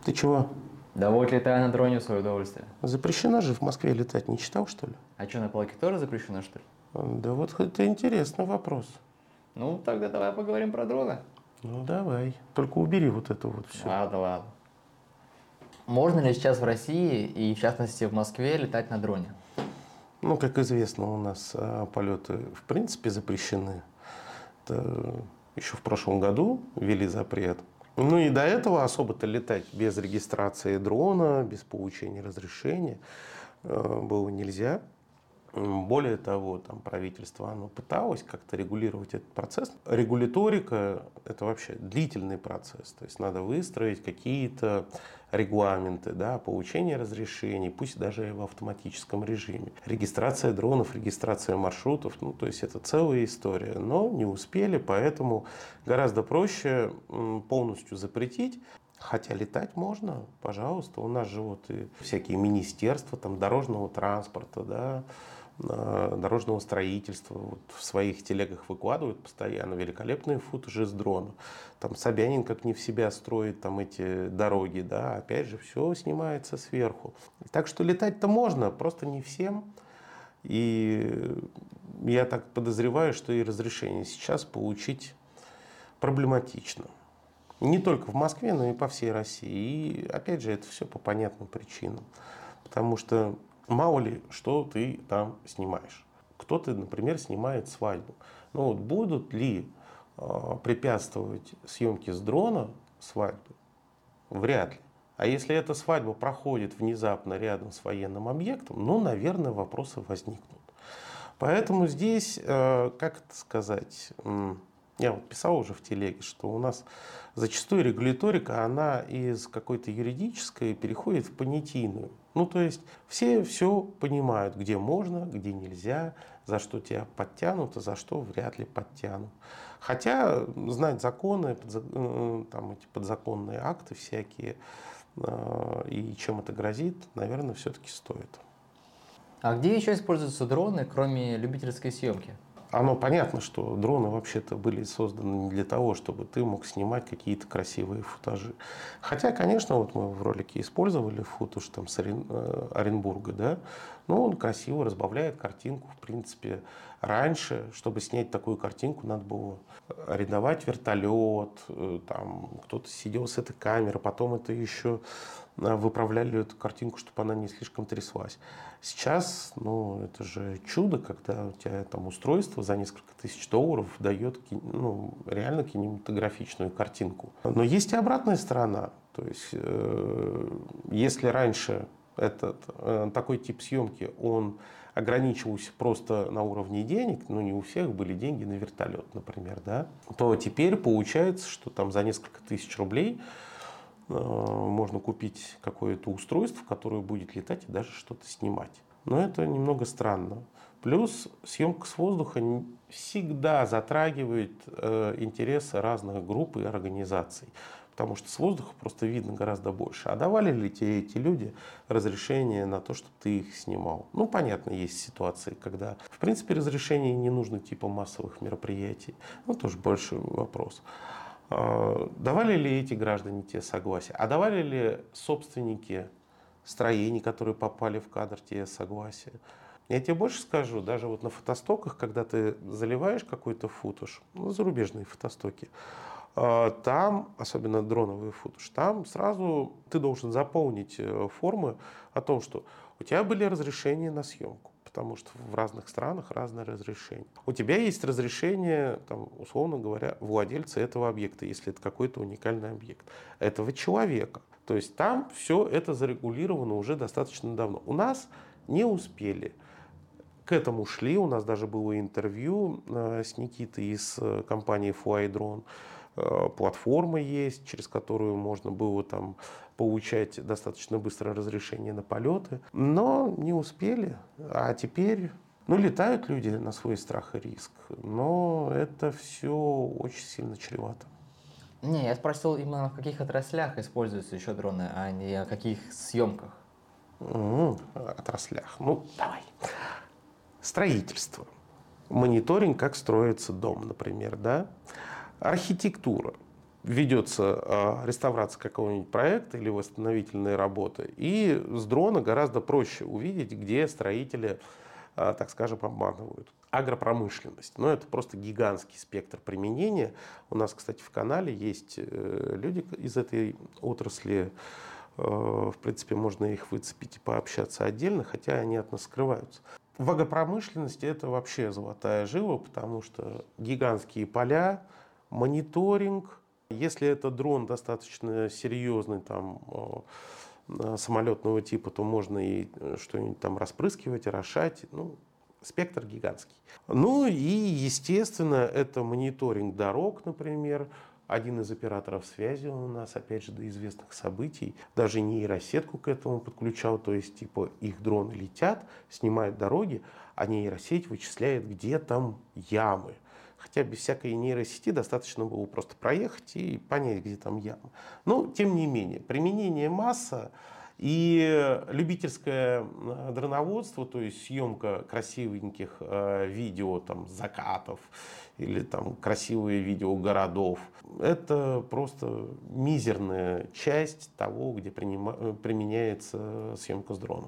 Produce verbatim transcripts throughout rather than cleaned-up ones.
Ты чего? Да вот летаю на дроне в свое удовольствие. Запрещено же в Москве летать, не читал, что ли? А что, на Палке тоже запрещено, что ли? Да вот это интересный вопрос. Ну, тогда давай поговорим про дроны. Ну, давай. Только убери вот это вот все. Ладно, ладно. Можно ли сейчас в России и, в частности, в Москве летать на дроне? Ну, как известно, у нас а, полеты в принципе запрещены. Это еще в прошлом году ввели запрет. Ну и до этого особо-то летать без регистрации дрона, без получения разрешения э, было нельзя. Более того, там правительство оно пыталось как-то регулировать этот процесс. Регуляторика – это вообще длительный процесс. То есть надо выстроить какие-то регламенты, да, получение разрешений, пусть даже и в автоматическом режиме. Регистрация дронов, регистрация маршрутов, ну то есть это целая история. Но не успели, поэтому гораздо проще полностью запретить. Хотя летать можно, пожалуйста. У нас же вот и всякие министерства там, дорожного транспорта, да, дорожного строительства вот в своих телегах выкладывают постоянно великолепные футажи с дрона. Там Собянин как не в себя строит там эти дороги, да, опять же все снимается сверху. Так что летать-то можно, просто не всем. И я так подозреваю, что и разрешение сейчас получить проблематично. Не только в Москве, но и по всей России. И опять же, это все по понятным причинам. Потому что мало ли, что ты там снимаешь. Кто-то, например, снимает свадьбу. Но вот будут ли э, препятствовать съемке с дрона свадьбы? Вряд ли. А если эта свадьба проходит внезапно рядом с военным объектом, ну, наверное, вопросы возникнут. Поэтому здесь, э, как это сказать... Я вот писал уже в телеге, что у нас зачастую регуляторика, она из какой-то юридической переходит в понятийную. Ну, то есть все все понимают, где можно, где нельзя, за что тебя подтянут, а за что вряд ли подтянут. Хотя знать законы, там, эти подзаконные акты всякие и чем это грозит, наверное, все-таки стоит. А где еще используются дроны, кроме любительской съемки? Оно понятно, что дроны вообще-то были созданы не для того, чтобы ты мог снимать какие-то красивые футажи. Хотя, конечно, вот мы в ролике использовали футаж там с Оренбурга, да, но он красиво разбавляет картинку. В принципе, раньше, чтобы снять такую картинку, надо было арендовать вертолет, там кто-то сидел с этой камерой, потом это еще выправляли эту картинку, чтобы она не слишком тряслась. Сейчас, ну, это же чудо, когда у тебя там устройство за несколько тысяч долларов дает, ну, реально кинематографичную картинку. Но есть и обратная сторона. То есть, э, если раньше этот, э, такой тип съемки, он ограничивался просто на уровне денег, ну не у всех были деньги на вертолет, например, да, то теперь получается, что там за несколько тысяч рублей можно купить какое-то устройство, которое будет летать и даже что-то снимать. Но это немного странно. Плюс съемка с воздуха всегда затрагивает э, интересы разных групп и организаций. Потому что с воздуха просто видно гораздо больше. А давали ли тебе эти люди разрешение на то, чтобы ты их снимал? Ну, понятно, есть ситуации, когда, в принципе, разрешение не нужно типа массовых мероприятий. Ну, тоже большой вопрос. Давали ли эти граждане тебе согласие? А давали ли собственники строений, которые попали в кадр, тебе согласие? Я тебе больше скажу, даже вот на фотостоках, когда ты заливаешь какой-то футаж, ну, зарубежные фотостоки, там, особенно дроновый футаж, там сразу ты должен заполнить формы о том, что у тебя были разрешения на съемку. Потому что в разных странах разное разрешение. У тебя есть разрешение, там, условно говоря, владельца этого объекта, если это какой-то уникальный объект, этого человека. То есть там все это зарегулировано уже достаточно давно. У нас не успели. К этому шли. У нас даже было интервью с Никитой из компании Flydrone. Платформа есть, через которую можно было там получать достаточно быстро разрешение на полеты, но не успели. А теперь, ну, летают люди на свой страх и риск, но это все очень сильно чревато. Не, я спросил именно в каких отраслях используются еще дроны, а не о каких съемках. Mm-hmm. Отраслях. Ну, давай. Строительство. Мониторинг, как строится дом, например, да. Архитектура. ведется э, реставрация какого-нибудь проекта или восстановительные работы, и с дрона гораздо проще увидеть, где строители, э, так скажем, обманывают. Агропромышленность. Но это просто гигантский спектр применения. У нас, кстати, в канале есть э, люди из этой отрасли. В принципе, можно их выцепить и пообщаться отдельно, хотя они от нас скрываются. В агропромышленности это вообще золотая жила, потому что гигантские поля, мониторинг. Если это дрон достаточно серьезный, там, самолетного типа, то можно и что-нибудь там распрыскивать, орошать. Ну, спектр гигантский. Ну и, естественно, это мониторинг дорог, например. Один из операторов связи у нас, опять же, до известных событий, даже нейросетку к этому подключал, то есть, типа, их дроны летят, снимают дороги, а нейросеть вычисляет, где там ямы. Хотя без всякой нейросети достаточно было просто проехать и понять, где там ямы. Но, тем не менее, применение масса и любительское дроноводство, то есть съемка красивеньких э, видео там, закатов или там, красивые видео городов, это просто мизерная часть того, где принима- применяется съемка с дрона.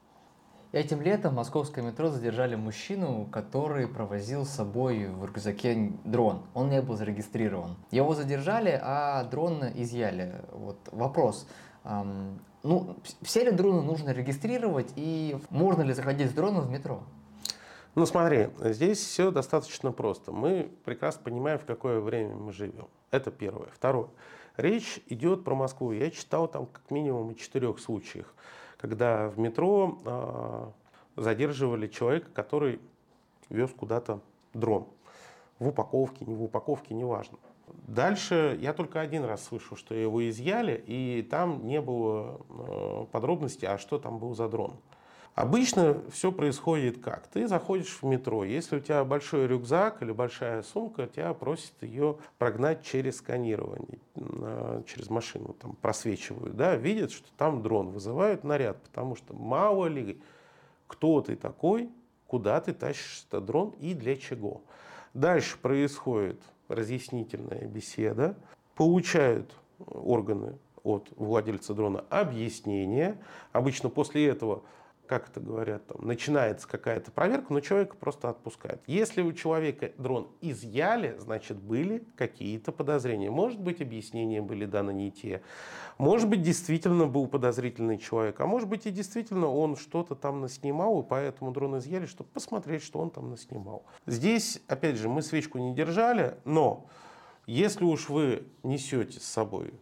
Этим летом в московское метро задержали мужчину, который провозил с собой в рюкзаке дрон. Он не был зарегистрирован. Его задержали, а дрон изъяли. Вот вопрос. Эм, ну, все ли дроны нужно регистрировать и можно ли заходить с дроном в метро? Ну смотри, здесь все достаточно просто. Мы прекрасно понимаем, в какое время мы живем. Это первое. Второе. Речь идет про Москву. Я читал там как минимум о четырех случаях, когда в метро э, задерживали человека, который вез куда-то дрон. В упаковке, не в упаковке, неважно. Дальше я только один раз слышал, что его изъяли, и там не было э, подробностей, а что там был за дрон. Обычно все происходит как? Ты заходишь в метро, если у тебя большой рюкзак или большая сумка, тебя просят ее прогнать через сканирование, через машину, там просвечивают, да, видят, что там дрон, вызывают наряд, потому что мало ли кто ты такой, куда ты тащишь этот дрон и для чего. Дальше происходит разъяснительная беседа, получают органы от владельца дрона объяснение, обычно после этого, как это говорят, там, начинается какая-то проверка, но человека просто отпускают. Если у человека дрон изъяли, значит, были какие-то подозрения. Может быть, объяснения были даны не те. Может быть, действительно был подозрительный человек. А может быть, и действительно он что-то там наснимал, и поэтому дрон изъяли, чтобы посмотреть, что он там наснимал. Здесь, опять же, мы свечку не держали, но если уж вы несете с собой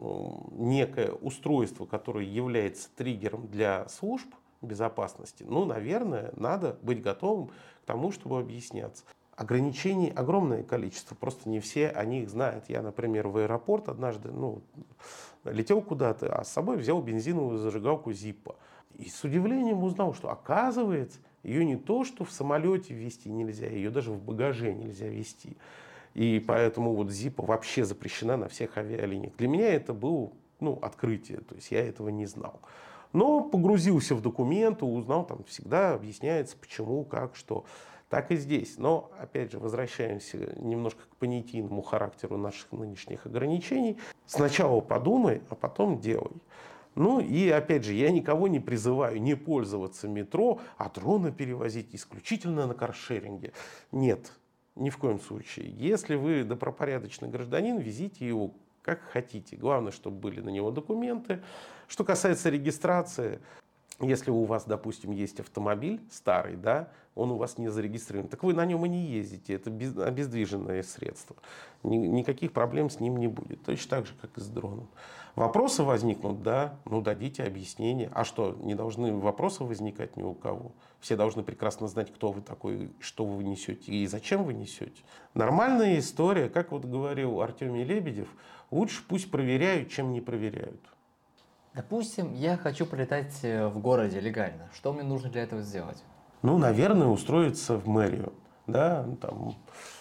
некое устройство, которое является триггером для служб безопасности, ну, наверное, надо быть готовым к тому, чтобы объясняться. Ограничений огромное количество, просто не все о них знают. Я, например, в аэропорт однажды ну, летел куда-то, а с собой взял бензиновую зажигалку Zippo. И с удивлением узнал, что оказывается, ее не то, что в самолете везти нельзя, ее даже в багаже нельзя везти. И поэтому вот Zippo вообще запрещена на всех авиалиниях. Для меня это было ну, открытие, то есть я этого не знал. Но погрузился в документы, узнал, там всегда объясняется, почему, как, что. Так и здесь. Но, опять же, возвращаемся немножко к понятийному характеру наших нынешних ограничений. Сначала подумай, а потом делай. Ну и, опять же, я никого не призываю не пользоваться метро, а дроны перевозить исключительно на каршеринге. Нет, ни в коем случае. Если вы добропорядочный гражданин, везите его как хотите. Главное, чтобы были на него документы. Что касается регистрации, если у вас, допустим, есть автомобиль старый, да, он у вас не зарегистрирован, так вы на нем и не ездите. Это обездвиженное средство. Никаких проблем с ним не будет. Точно так же, как и с дроном. Вопросы возникнут, да, ну дадите объяснение. А что, не должны вопросы возникать ни у кого? Все должны прекрасно знать, кто вы такой, что вы несете и зачем вы несете. Нормальная история, как вот говорил Артемий Лебедев, лучше пусть проверяют, чем не проверяют. Допустим, я хочу полетать в городе легально. Что мне нужно для этого сделать? Ну, наверное, устроиться в мэрию. Да, там,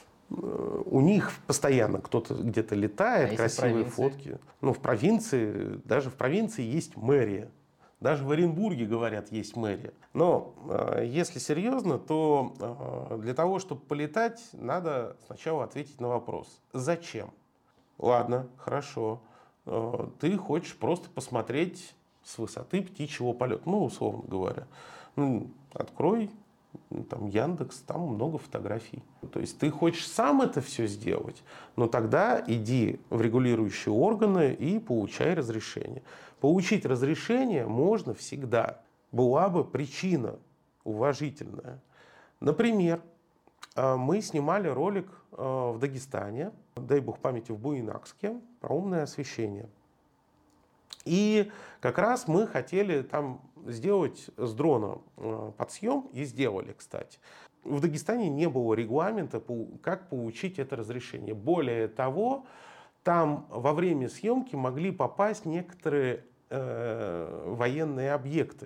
у них постоянно кто-то где-то летает, а красивые фотки. Ну, в провинции, даже в провинции есть мэрия. Даже в Оренбурге, говорят, есть мэрия. Но э, если серьезно, то э, для того, чтобы полетать, надо сначала ответить на вопрос. Зачем? Ладно, хорошо. Э, Ты хочешь просто посмотреть с высоты птичьего полета, ну, условно говоря. Ну, открой ну, там Яндекс, там много фотографий. То есть ты хочешь сам это все сделать, но тогда иди в регулирующие органы и получай разрешение. Получить разрешение можно всегда. Была бы причина уважительная. Например, а, мы снимали ролик а, в Дагестане, дай бог памяти, в Буйнакске, про умное освещение. И как раз мы хотели там сделать с дрона а, подсъем, и сделали, кстати. В Дагестане не было регламента, как получить это разрешение. Более того, там во время съемки могли попасть некоторые э, военные объекты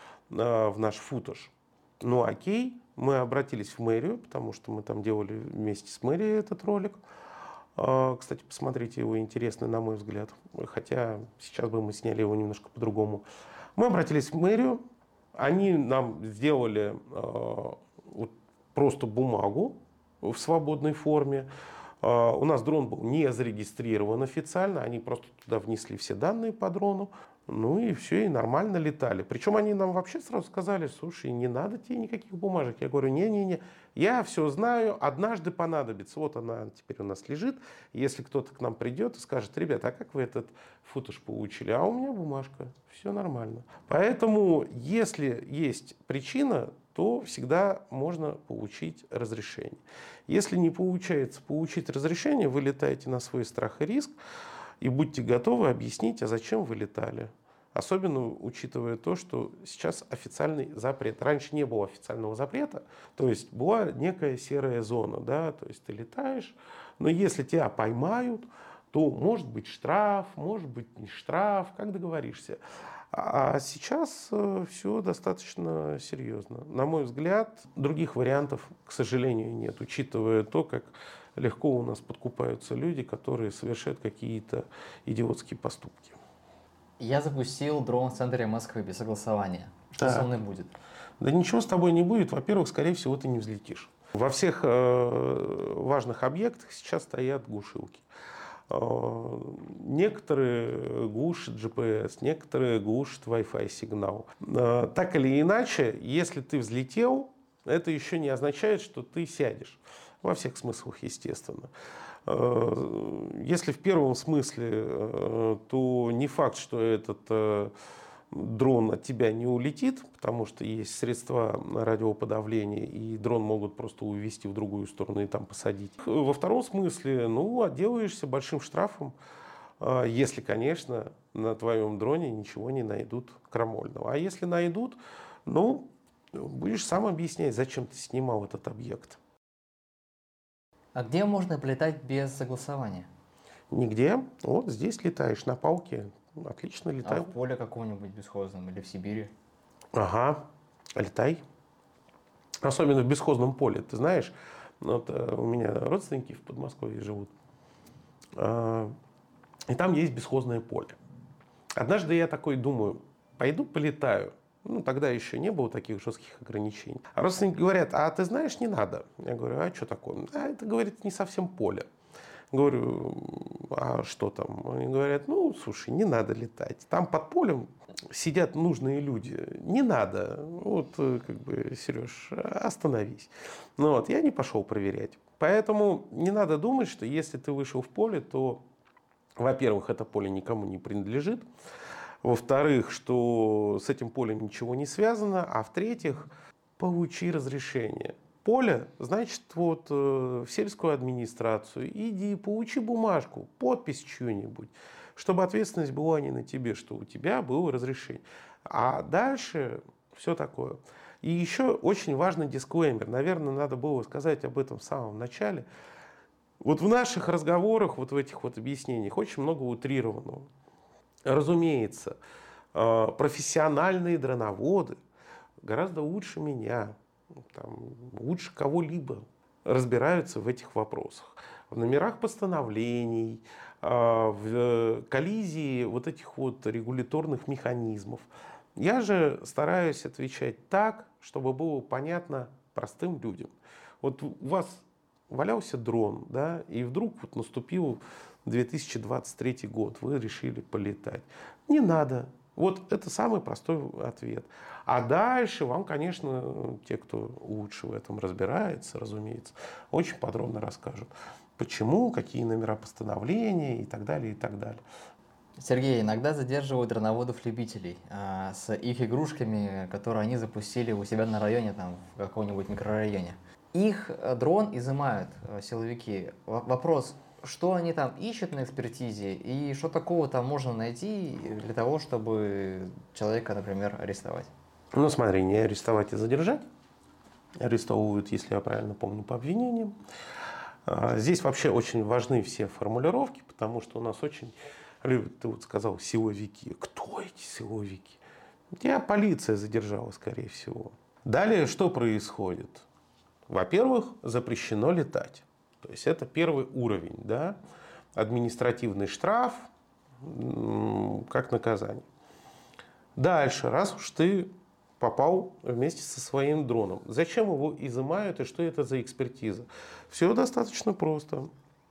э, в наш футаж. Ну окей, мы обратились в мэрию, потому что мы там делали вместе с мэрией этот ролик. Кстати, посмотрите его, интересный, на мой взгляд. Хотя сейчас бы мы сняли его немножко по-другому. Мы обратились в мэрию, они нам сделали вот, просто бумагу в свободной форме. У нас дрон был не зарегистрирован официально, они просто туда внесли все данные по дрону. Ну и все, и нормально летали. Причем они нам вообще сразу сказали: слушай, не надо тебе никаких бумажек. Я говорю: не-не-не, я все знаю, однажды понадобится. Вот она теперь у нас лежит. Если кто-то к нам придет и скажет: ребята, а как вы этот футаж получили? А у меня бумажка, все нормально. Поэтому, если есть причина, то всегда можно получить разрешение. Если не получается получить разрешение, вы летаете на свой страх и риск. И будьте готовы объяснить, а зачем вы летали. Особенно учитывая то, что сейчас официальный запрет. Раньше не было официального запрета, то есть была некая серая зона. Да? То есть ты летаешь, но если тебя поймают, то может быть штраф, может быть не штраф, как договоришься. А сейчас все достаточно серьезно. На мой взгляд, других вариантов, к сожалению, нет, учитывая то, как легко у нас подкупаются люди, которые совершают какие-то идиотские поступки. Я запустил дрон в центре Москвы без согласования. Что Так. со мной будет? Да ничего с тобой не будет. Во-первых, скорее всего, ты не взлетишь. Во всех э, важных объектах сейчас стоят глушилки. Э, некоторые глушат джи пи эс, некоторые глушат Wi-Fi сигнал. Э, так или иначе, если ты взлетел, это еще не означает, что ты сядешь. Во всех смыслах, естественно. Если в первом смысле, то не факт, что этот дрон от тебя не улетит, потому что есть средства радиоподавления, и дрон могут просто увезти в другую сторону и там посадить. Во втором смысле, ну, отделаешься большим штрафом, если, конечно, на твоем дроне ничего не найдут крамольного. А если найдут, ну, будешь сам объяснять, зачем ты снимал этот объект. А где можно полетать без согласования? Нигде. Вот здесь летаешь на палке. Отлично летай. А в поле каком-нибудь бесхозном или в Сибири? Ага, летай. Особенно в бесхозном поле. Ты знаешь, вот, у меня родственники в Подмосковье живут. И там есть бесхозное поле. Однажды я такой думаю: пойду полетаю. Ну, тогда еще не было таких жестких ограничений. А родственники говорят: а ты знаешь, не надо. Я говорю: а что такое? А это, говорит, не совсем поле. Говорю: а что там? Они говорят: ну, слушай, не надо летать. Там под полем сидят нужные люди. Не надо. Вот, как бы, Сереж, остановись. Ну, вот, я не пошел проверять. Поэтому не надо думать, что если ты вышел в поле, то, во-первых, это поле никому не принадлежит. Во-вторых, что с этим полем ничего не связано. А в-третьих, получи разрешение. Поле, значит, вот э, в сельскую администрацию иди, получи бумажку, подпись чью-нибудь, чтобы ответственность была не на тебе, что у тебя было разрешение. А дальше все такое. И еще очень важный дисклеймер. Наверное, надо было сказать об этом в самом начале. Вот в наших разговорах, вот в этих вот объяснениях очень много утрированного. Разумеется, э, профессиональные дроноводы гораздо лучше меня, там, лучше кого-либо разбираются в этих вопросах. В номерах постановлений, в коллизии вот этих вот регуляторных механизмов. Я же стараюсь отвечать так, чтобы было понятно простым людям. Вот у вас валялся дрон, да, и вдруг вот наступил две тысячи двадцать третий год, вы решили полетать. Не надо. Вот это самый простой ответ. А дальше вам, конечно, те, кто лучше в этом разбирается, разумеется, очень подробно расскажут, почему, какие номера постановления и так далее, и так далее. Сергей, иногда задерживают дроноводов-любителей а, с их игрушками, которые они запустили у себя на районе, там, в каком-нибудь микрорайоне. Их дрон изымают силовики. Вопрос, что они там ищут на экспертизе и что такого там можно найти для того, чтобы человека, например, арестовать? Ну смотри, не арестовать и задержать. Арестовывают, если я правильно помню, по обвинениям. Здесь вообще очень важны все формулировки, потому что у нас очень любят, ты вот сказал, силовики. Кто эти силовики? Тебя полиция задержала, скорее всего. Далее что происходит? Во-первых, запрещено летать. То есть это первый уровень, да? Административный штраф как наказание. Дальше, раз уж ты попал вместе со своим дроном, зачем его изымают и что это за экспертиза? Все достаточно просто.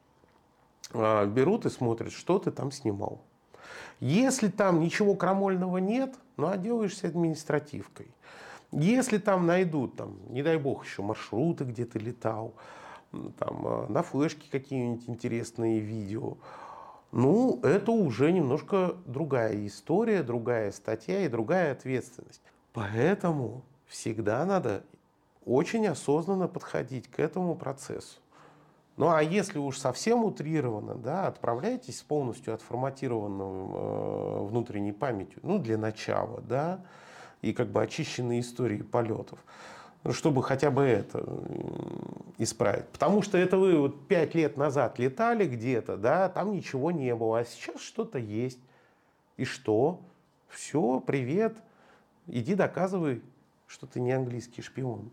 Берут и смотрят, что ты там снимал. Если там ничего крамольного нет, ну отделаешься административкой. Если там найдут, там, не дай бог, еще маршруты, где ты летал, там, на флешке какие-нибудь интересные видео, ну, это уже немножко другая история, другая статья и другая ответственность. Поэтому всегда надо очень осознанно подходить к этому процессу. Ну, а если уж совсем утрированно, да, отправляйтесь с полностью отформатированной э, внутренней памятью, ну, для начала, да, и как бы очищенные истории полетов, чтобы хотя бы это исправить. Потому что это вы вот пять лет назад летали где-то, да, там ничего не было, а сейчас что-то есть. И что? Все, привет, иди доказывай, что ты не английский шпион.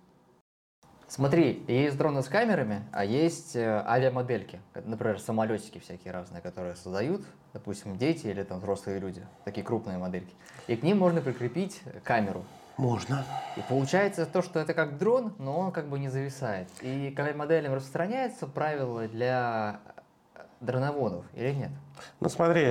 Смотри, есть дроны с камерами, а есть авиамодельки, например, самолетики всякие разные, которые создают, допустим, дети или там взрослые люди, такие крупные модельки. И к ним можно прикрепить камеру. Можно. И получается то, что это как дрон, но он как бы не зависает. И к авиамоделям распространяются правила для дроноводов или нет? Ну смотри,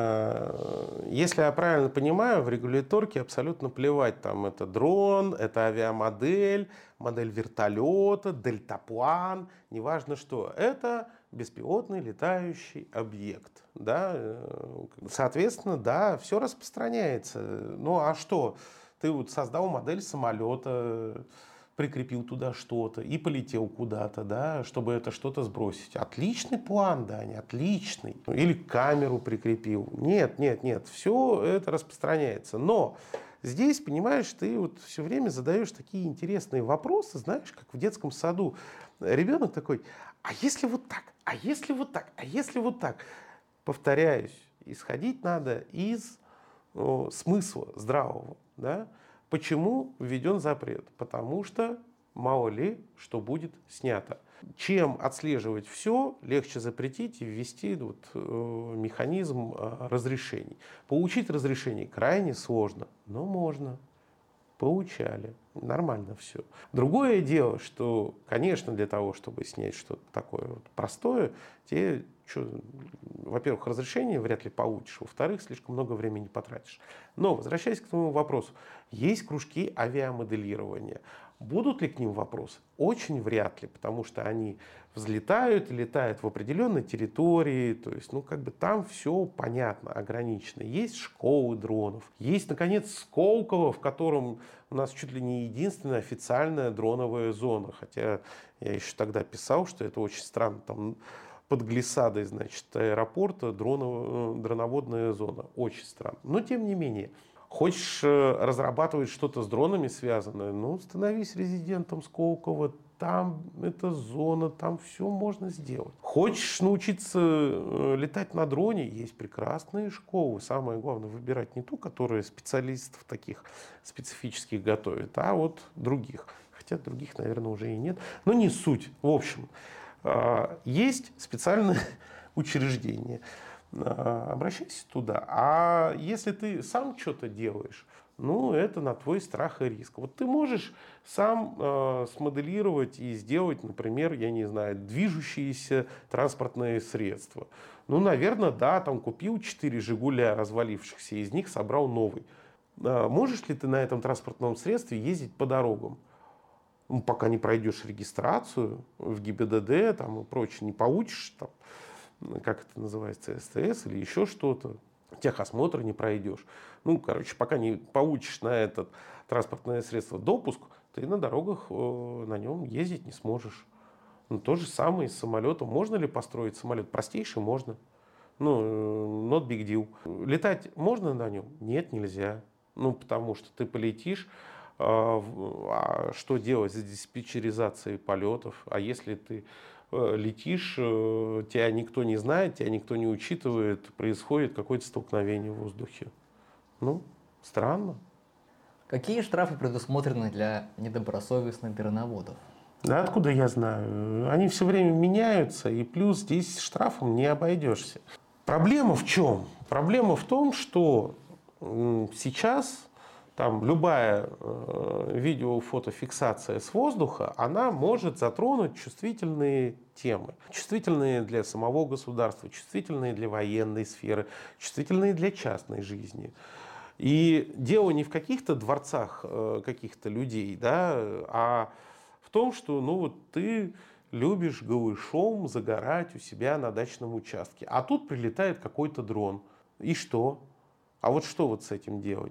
если я правильно понимаю, в регуляторке абсолютно плевать, там это дрон, это авиамодель, модель вертолета, дельтаплан, неважно что. Это беспилотный летающий объект. Да? Соответственно, да, все распространяется. Ну а что? Ты вот создал модель самолета, прикрепил туда что-то и полетел куда-то, да, чтобы это что-то сбросить. Отличный план, Даня, отличный. Или камеру прикрепил. Нет, нет, нет, все это распространяется. Но здесь, понимаешь, ты вот все время задаешь такие интересные вопросы, знаешь, как в детском саду. Ребенок такой, а если вот так, а если вот так, а если вот так? Повторяюсь, исходить надо из о, смысла здравого, да? Почему введен запрет? Потому что мало ли что будет снято. Чем отслеживать все, легче запретить и ввести вот, э, механизм э, разрешений. Получить разрешение крайне сложно, но можно. Получали. Нормально все. Другое дело, что, конечно, для того, чтобы снять что-то такое вот простое, тебе, что, во-первых, разрешение вряд ли получишь, во-вторых, слишком много времени потратишь. Но, возвращаясь к твоему вопросу, есть кружки авиамоделирования. Будут ли к ним вопросы? Очень вряд ли, потому что они взлетают и летают в определенной территории, то есть, ну, как бы там все понятно, ограничено. Есть школы дронов, есть, наконец, Сколково, в котором у нас чуть ли не единственная официальная дроновая зона, хотя я еще тогда писал, что это очень странно, там под глиссадой, значит, аэропорта дронов, дроноводная зона, очень странно, но тем не менее. Хочешь разрабатывать что-то с дронами связанное, ну, становись резидентом Сколково, там эта зона, там все можно сделать. Хочешь научиться летать на дроне, есть прекрасные школы. Самое главное, выбирать не ту, которая специалистов таких специфических готовит, а вот других. Хотя других, наверное, уже и нет. Но не суть. В общем, есть специальные учреждения. Обращайся туда. А если ты сам что-то делаешь, ну, это на твой страх и риск. Вот ты можешь сам э, смоделировать и сделать, например, я не знаю, движущиеся транспортные средства. Ну, наверное, да, там купил четыре «Жигуля» развалившихся, из них собрал новый. Э, можешь ли ты на этом транспортном средстве ездить по дорогам? Ну, пока не пройдешь регистрацию в ГИБДД там, и прочее, не получишь, там, как это называется, СТС или еще что-то, техосмотр не пройдешь. Ну, короче, пока не получишь на это транспортное средство допуск, ты на дорогах э, на нем ездить не сможешь. Ну, то же самое и с самолетом. Можно ли построить самолет? Простейший можно. Ну, э, not big deal. Летать можно на нем? Нет, нельзя. Ну, потому что ты полетишь, э, а что делать с диспетчеризацией полетов? А если ты летишь, тебя никто не знает, тебя никто не учитывает, происходит какое-то столкновение в воздухе. Ну, странно. Какие штрафы предусмотрены для недобросовестных дроноводов? Да откуда я знаю? Они все время меняются, и плюс здесь штрафом не обойдешься. Проблема в чем? Проблема в том, что сейчас там любая э, видео-фотофиксация с воздуха, она может затронуть чувствительные темы. Чувствительные для самого государства, чувствительные для военной сферы, чувствительные для частной жизни. И дело не в каких-то дворцах э, каких-то людей, да, а в том, что ну, вот ты любишь голышом загорать у себя на дачном участке. А тут прилетает какой-то дрон. И что? А вот что вот с этим делать?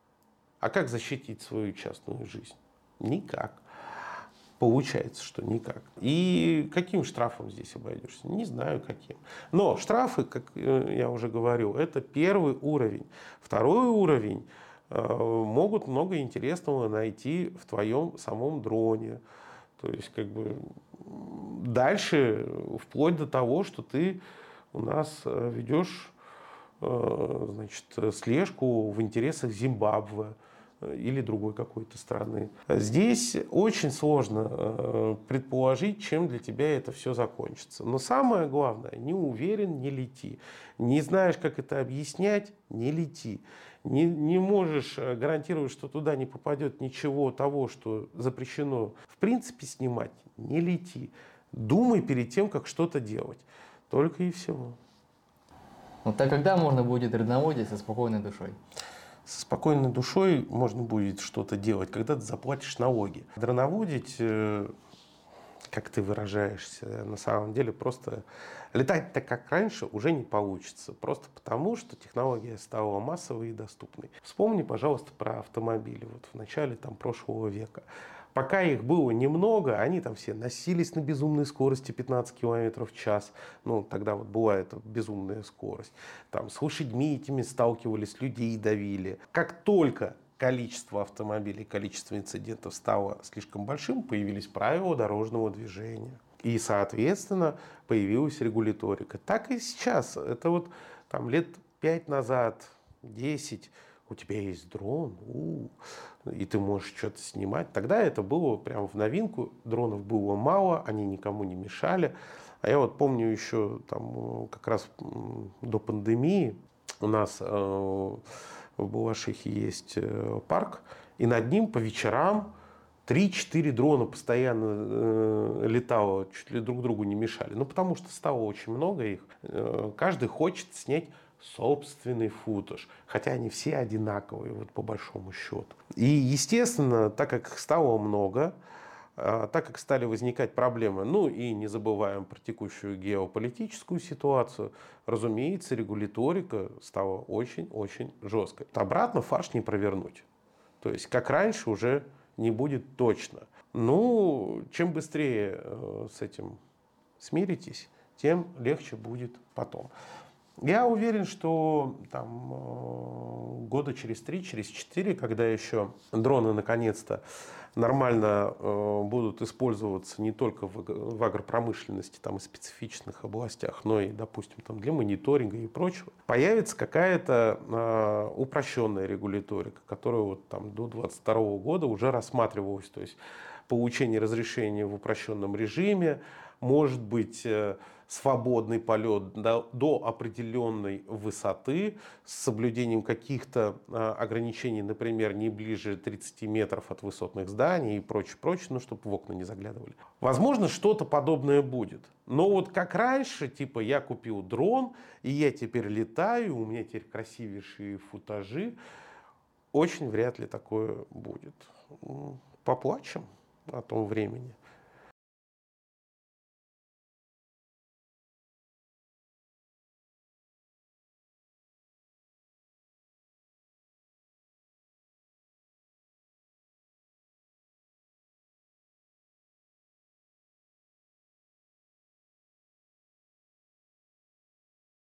А как защитить свою частную жизнь? Никак. Получается, что никак. И каким штрафом здесь обойдешься? Не знаю каким. Но штрафы, как я уже говорил, это первый уровень. Второй уровень могут много интересного найти в твоем самом дроне. То есть, как бы дальше, вплоть до того, что ты у нас ведешь, значит, слежку в интересах Зимбабве или другой какой-то страны. Здесь очень сложно предположить, чем для тебя это все закончится. Но самое главное, не уверен, не лети. Не знаешь, как это объяснять, не лети. Не, не можешь гарантировать, что туда не попадет ничего того, что запрещено в принципе снимать, не лети. Думай перед тем, как что-то делать. Только и всего. Ну так когда можно будет дроноводить со спокойной душой? Со спокойной душой можно будет что-то делать, когда ты заплатишь налоги. Дроноводить, как ты выражаешься, на самом деле просто летать так, как раньше, уже не получится. Просто потому, что технология стала массовой и доступной. Вспомни, пожалуйста, про автомобили вот в начале там, прошлого века. Пока их было немного, они там все носились на безумной скорости пятнадцать километров в час. Ну, тогда вот была эта безумная скорость. Там с лошадьми этими сталкивались, людей давили. Как только количество автомобилей, количество инцидентов стало слишком большим, появились правила дорожного движения. И, соответственно, появилась регуляторика. Так и сейчас. Это вот там лет пять назад, десять, у тебя есть дрон, у-у, и ты можешь что-то снимать. Тогда это было прямо в новинку. Дронов было мало, они никому не мешали. А я вот помню еще там, как раз до пандемии у нас э, в Балашихе есть э, парк, и над ним по вечерам три-четыре дрона постоянно э, летало, чуть ли друг другу не мешали. Ну, потому что стало очень много их. Э, каждый хочет снять собственный футаж, хотя они все одинаковые, вот по большому счету. И, естественно, так как их стало много, так как стали возникать проблемы, ну и не забываем про текущую геополитическую ситуацию, разумеется, регуляторика стала очень-очень жесткой. Обратно фарш не провернуть. То есть, как раньше, уже не будет точно. Ну, чем быстрее с этим смиритесь, тем легче будет потом. Я уверен, что там, года через три, через четыре, когда еще дроны наконец-то нормально будут использоваться не только в агропромышленности там, и специфичных областях, но и, допустим, там, для мониторинга и прочего, появится какая-то упрощенная регуляторика, которая вот, там, до две тысячи двадцать второго года уже рассматривалась. То есть получение разрешения в упрощенном режиме, может быть, свободный полет до, до определенной высоты с соблюдением каких-то а, ограничений, например, не ближе тридцати метров от высотных зданий и прочее, прочее, ну, чтобы в окна не заглядывали. Возможно, что-то подобное будет. Но вот как раньше, типа, я купил дрон, и я теперь летаю, у меня теперь красивейшие футажи, очень вряд ли такое будет. Поплачем о том времени.